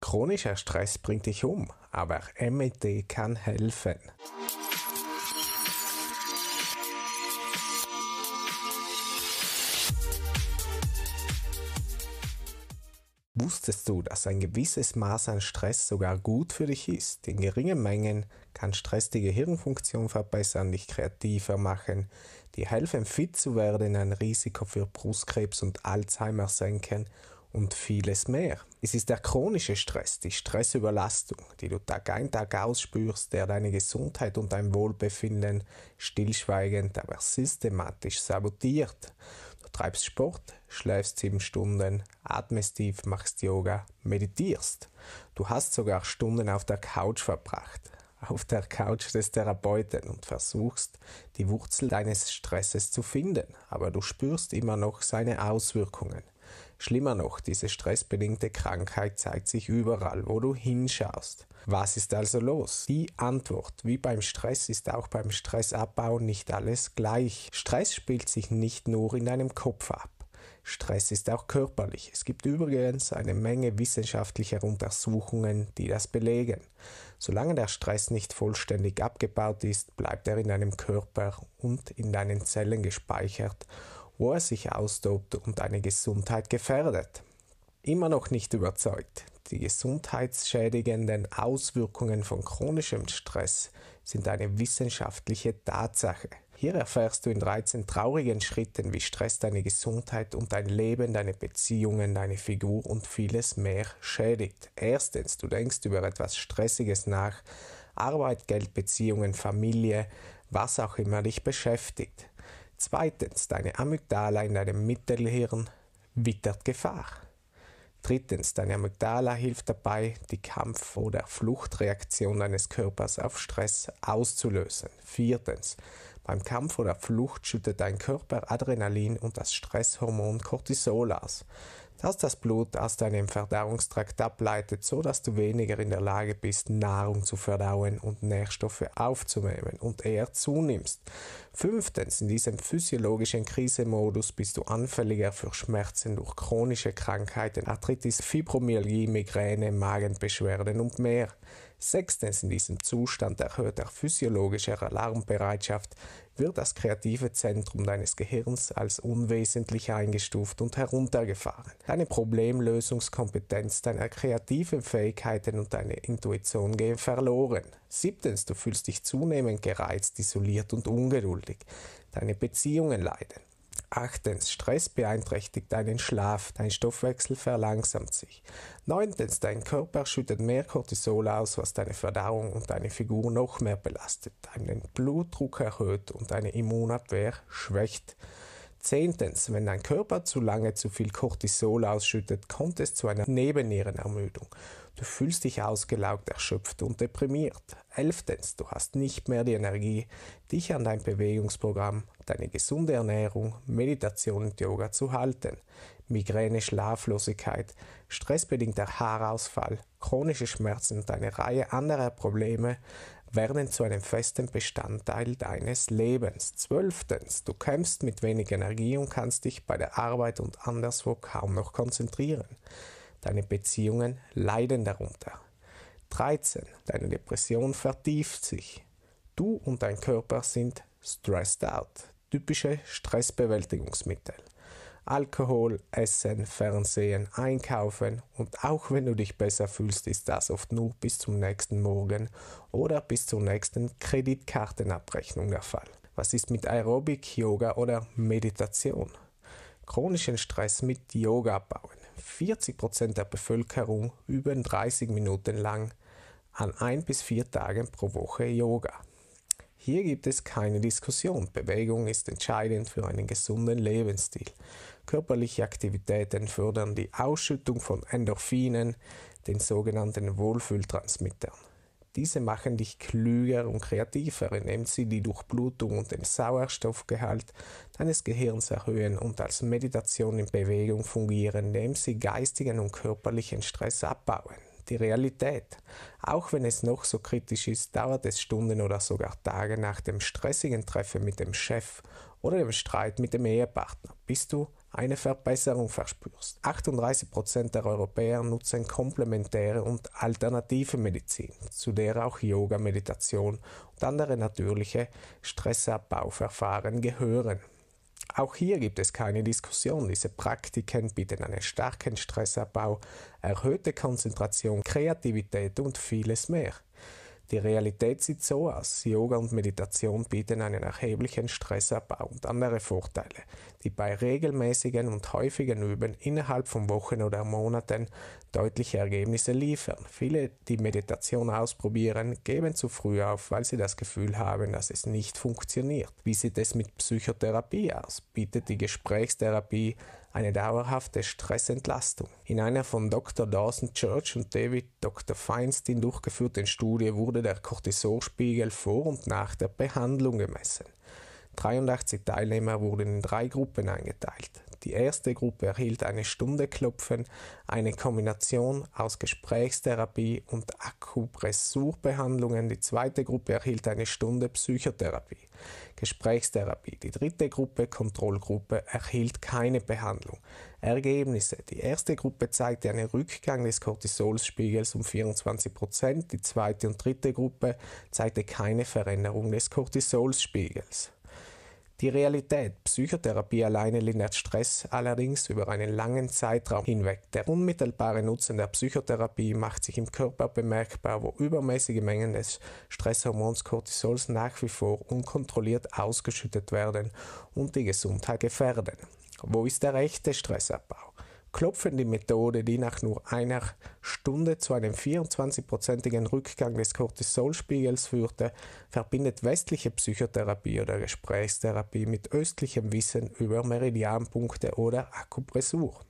Chronischer Stress bringt dich um, aber MET kann helfen. Wusstest du, dass ein gewisses Maß an Stress sogar gut für dich ist? In geringen Mengen kann Stress die Gehirnfunktion verbessern, dich kreativer machen, dir helfen, fit zu werden, ein Risiko für Brustkrebs und Alzheimer senken und vieles mehr. Es ist der chronische Stress, die Stressüberlastung, die du Tag ein, Tag aus spürst, der deine Gesundheit und dein Wohlbefinden stillschweigend, aber systematisch sabotiert. Du treibst Sport, schläfst 7 Stunden, atmest tief, machst Yoga, meditierst. Du hast sogar Stunden auf der Couch verbracht, auf der Couch des Therapeuten und versuchst, die Wurzel deines Stresses zu finden, aber du spürst immer noch seine Auswirkungen. Schlimmer noch, diese stressbedingte Krankheit zeigt sich überall, wo du hinschaust. Was ist also los? Die Antwort, wie beim Stress, ist auch beim Stressabbau nicht alles gleich. Stress spielt sich nicht nur in deinem Kopf ab. Stress ist auch körperlich. Es gibt übrigens eine Menge wissenschaftlicher Untersuchungen, die das belegen. Solange der Stress nicht vollständig abgebaut ist, bleibt er in deinem Körper und in deinen Zellen gespeichert, wo er sich austobt und deine Gesundheit gefährdet. Immer noch nicht überzeugt. Die gesundheitsschädigenden Auswirkungen von chronischem Stress sind eine wissenschaftliche Tatsache. Hier erfährst du in 13 traurigen Schritten, wie Stress deine Gesundheit und dein Leben, deine Beziehungen, deine Figur und vieles mehr schädigt. Erstens, du denkst über etwas Stressiges nach, Arbeit, Geld, Beziehungen, Familie, was auch immer dich beschäftigt. Zweitens, deine Amygdala in deinem Mittelhirn wittert Gefahr. Drittens, deine Amygdala hilft dabei, die Kampf- oder Fluchtreaktion deines Körpers auf Stress auszulösen. Viertens, beim Kampf oder Flucht schüttet dein Körper Adrenalin und das Stresshormon Cortisol aus, das Blut aus deinem Verdauungstrakt ableitet, so dass du weniger in der Lage bist, Nahrung zu verdauen und Nährstoffe aufzunehmen und eher zunimmst. Fünftens, in diesem physiologischen Krisemodus bist du anfälliger für Schmerzen durch chronische Krankheiten, Arthritis, Fibromyalgie, Migräne, Magenbeschwerden und mehr. Sechstens, in diesem Zustand erhöhter physiologischer Alarmbereitschaft wird das kreative Zentrum deines Gehirns als unwesentlich eingestuft und heruntergefahren. Deine Problemlösungskompetenz, deine kreativen Fähigkeiten und deine Intuition gehen verloren. Siebtens, du fühlst dich zunehmend gereizt, isoliert und ungeduldig. Deine Beziehungen leiden. Achtens, Stress beeinträchtigt deinen Schlaf, dein Stoffwechsel verlangsamt sich. Neuntens, dein Körper schüttet mehr Cortisol aus, was deine Verdauung und deine Figur noch mehr belastet, deinen Blutdruck erhöht und deine Immunabwehr schwächt. Zehntens, wenn dein Körper zu lange zu viel Cortisol ausschüttet, kommt es zu einer Nebennierenermüdung. Du fühlst dich ausgelaugt, erschöpft und deprimiert. Elftens, du hast nicht mehr die Energie, dich an dein Bewegungsprogramm, deine gesunde Ernährung, Meditation und Yoga zu halten. Migräne, Schlaflosigkeit, stressbedingter Haarausfall, chronische Schmerzen und eine Reihe anderer Probleme werden zu einem festen Bestandteil deines Lebens. 12. Du kämpfst mit wenig Energie und kannst dich bei der Arbeit und anderswo kaum noch konzentrieren. Deine Beziehungen leiden darunter. 13. Deine Depression vertieft sich. Du und dein Körper sind stressed out. Typische Stressbewältigungsmittel. Alkohol, Essen, Fernsehen, Einkaufen und auch wenn du dich besser fühlst, ist das oft nur bis zum nächsten Morgen oder bis zur nächsten Kreditkartenabrechnung der Fall. Was ist mit Aerobic, Yoga oder Meditation? Chronischen Stress mit Yoga abbauen. 40% der Bevölkerung üben 30 Minuten lang an 1 bis 4 Tagen pro Woche Yoga. Hier gibt es keine Diskussion. Bewegung ist entscheidend für einen gesunden Lebensstil. Körperliche Aktivitäten fördern die Ausschüttung von Endorphinen, den sogenannten Wohlfühltransmittern. Diese machen dich klüger und kreativer, indem sie die Durchblutung und den Sauerstoffgehalt deines Gehirns erhöhen und als Meditation in Bewegung fungieren, indem sie geistigen und körperlichen Stress abbauen. Die Realität. Auch wenn es noch so kritisch ist, dauert es Stunden oder sogar Tage nach dem stressigen Treffen mit dem Chef oder dem Streit mit dem Ehepartner, bis du eine Verbesserung verspürst. 38% der Europäer nutzen komplementäre und alternative Medizin, zu der auch Yoga, Meditation und andere natürliche Stressabbauverfahren gehören. Auch hier gibt es keine Diskussion. Diese Praktiken bieten einen starken Stressabbau, erhöhte Konzentration, Kreativität und vieles mehr. Die Realität sieht so aus. Yoga und Meditation bieten einen erheblichen Stressabbau und andere Vorteile, die bei regelmäßigen und häufigen Üben innerhalb von Wochen oder Monaten deutliche Ergebnisse liefern. Viele, die Meditation ausprobieren, geben zu früh auf, weil sie das Gefühl haben, dass es nicht funktioniert. Wie sieht es mit Psychotherapie aus? Bietet die Gesprächstherapie eine dauerhafte Stressentlastung? In einer von Dr. Dawson Church und Dr. Feinstein durchgeführten Studie wurde der Cortisolspiegel vor und nach der Behandlung gemessen. 83 Teilnehmer wurden in 3 Gruppen eingeteilt. Die erste Gruppe erhielt eine Stunde Klopfen, eine Kombination aus Gesprächstherapie und Akupressurbehandlungen. Die zweite Gruppe erhielt eine Stunde Psychotherapie, Gesprächstherapie. Die dritte Gruppe, Kontrollgruppe, erhielt keine Behandlung. Ergebnisse: Die erste Gruppe zeigte einen Rückgang des Cortisolspiegels um 24%, die zweite und dritte Gruppe zeigte keine Veränderung des Cortisolspiegels. Die Realität: Psychotherapie alleine lindert Stress, allerdings über einen langen Zeitraum hinweg. Der unmittelbare Nutzen der Psychotherapie macht sich im Körper bemerkbar, wo übermäßige Mengen des Stresshormons Cortisols nach wie vor unkontrolliert ausgeschüttet werden und die Gesundheit gefährden. Wo ist der echte Stressabbau? Klopfen, die Methode, die nach nur einer Stunde zu einem 24%igen Rückgang des Cortisolspiegels führte, verbindet westliche Psychotherapie oder Gesprächstherapie mit östlichem Wissen über Meridianpunkte oder Akupressur.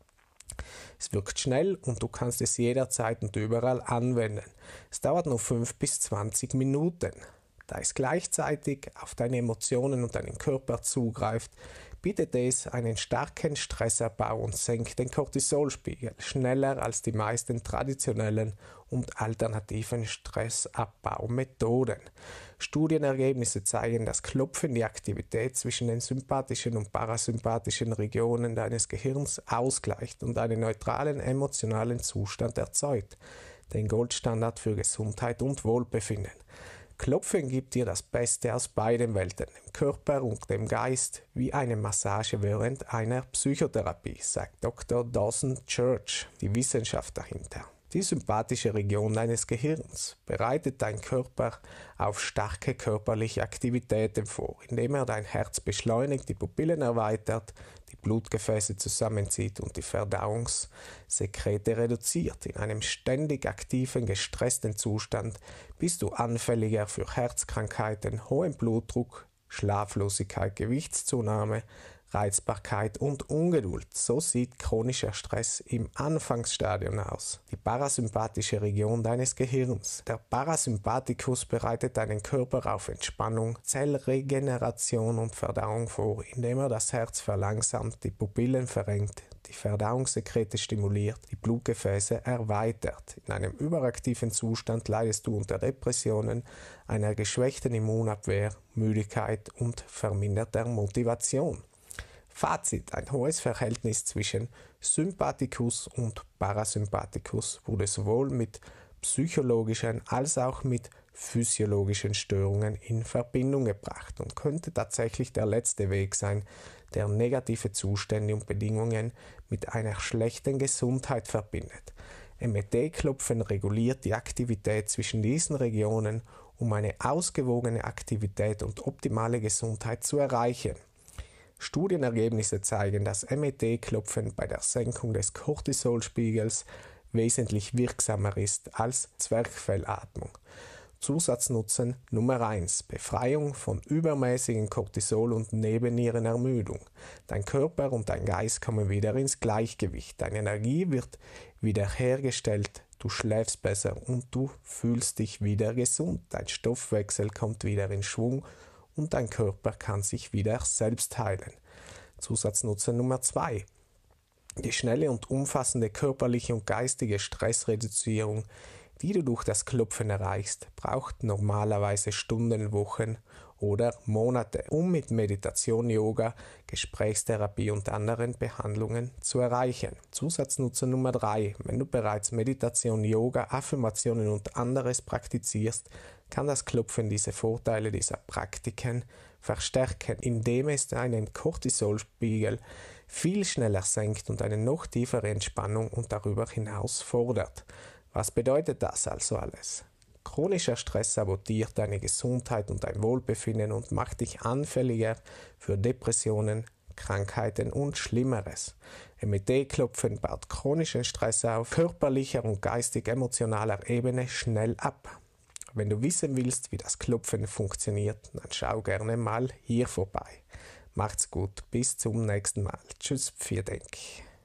Es wirkt schnell und du kannst es jederzeit und überall anwenden. Es dauert nur 5 bis 20 Minuten. Da es gleichzeitig auf deine Emotionen und deinen Körper zugreift, bietet es einen starken Stressabbau und senkt den Cortisolspiegel schneller als die meisten traditionellen und alternativen Stressabbaumethoden. Studienergebnisse zeigen, dass Klopfen die Aktivität zwischen den sympathischen und parasympathischen Regionen deines Gehirns ausgleicht und einen neutralen emotionalen Zustand erzeugt, den Goldstandard für Gesundheit und Wohlbefinden. Klopfen gibt dir das Beste aus beiden Welten, dem Körper und dem Geist, wie eine Massage während einer Psychotherapie, sagt Dr. Dawson Church, die Wissenschaft dahinter. Die sympathische Region deines Gehirns bereitet dein Körper auf starke körperliche Aktivitäten vor, indem er dein Herz beschleunigt, die Pupillen erweitert, die Blutgefäße zusammenzieht und die Verdauungssekrete reduziert. In einem ständig aktiven, gestressten Zustand bist du anfälliger für Herzkrankheiten, hohen Blutdruck, Schlaflosigkeit, Gewichtszunahme, Reizbarkeit und Ungeduld. So sieht chronischer Stress im Anfangsstadium aus. Die parasympathische Region deines Gehirns. Der Parasympathikus bereitet deinen Körper auf Entspannung, Zellregeneration und Verdauung vor, indem er das Herz verlangsamt, die Pupillen verengt, die Verdauungssekrete stimuliert, die Blutgefäße erweitert. In einem überaktiven Zustand leidest du unter Depressionen, einer geschwächten Immunabwehr, Müdigkeit und verminderter Motivation. Fazit: Ein hohes Verhältnis zwischen Sympathikus und Parasympathikus wurde sowohl mit psychologischen als auch mit physiologischen Störungen in Verbindung gebracht und könnte tatsächlich der letzte Weg sein, der negative Zustände und Bedingungen mit einer schlechten Gesundheit verbindet. MET-Klopfen reguliert die Aktivität zwischen diesen Regionen, um eine ausgewogene Aktivität und optimale Gesundheit zu erreichen. Studienergebnisse zeigen, dass MET-Klopfen bei der Senkung des Cortisolspiegels wesentlich wirksamer ist als Zwerchfellatmung. Zusatznutzen Nummer 1: Befreiung von übermäßigen Cortisol und Nebennierenermüdung. Dein Körper und dein Geist kommen wieder ins Gleichgewicht. Deine Energie wird wiederhergestellt, du schläfst besser und du fühlst dich wieder gesund. Dein Stoffwechsel kommt wieder in Schwung und dein Körper kann sich wieder selbst heilen. Zusatznutzen Nummer 2: Die schnelle und umfassende körperliche und geistige Stressreduzierung, die du durch das Klopfen erreichst, braucht normalerweise Stunden, Wochen oder Monate, um mit Meditation, Yoga, Gesprächstherapie und anderen Behandlungen zu erreichen. Zusatznutzen Nummer 3. Wenn du bereits Meditation, Yoga, Affirmationen und anderes praktizierst, kann das Klopfen diese Vorteile dieser Praktiken verstärken, indem es deinen Cortisolspiegel viel schneller senkt und eine noch tiefere Entspannung und darüber hinaus fordert. Was bedeutet das also alles? Chronischer Stress sabotiert deine Gesundheit und dein Wohlbefinden und macht dich anfälliger für Depressionen, Krankheiten und Schlimmeres. MET-Klopfen baut chronischen Stress auf körperlicher und geistig-emotionaler Ebene schnell ab. Wenn du wissen willst, wie das Klopfen funktioniert, dann schau gerne mal hier vorbei. Macht's gut, bis zum nächsten Mal. Tschüss, Pfiat Denk.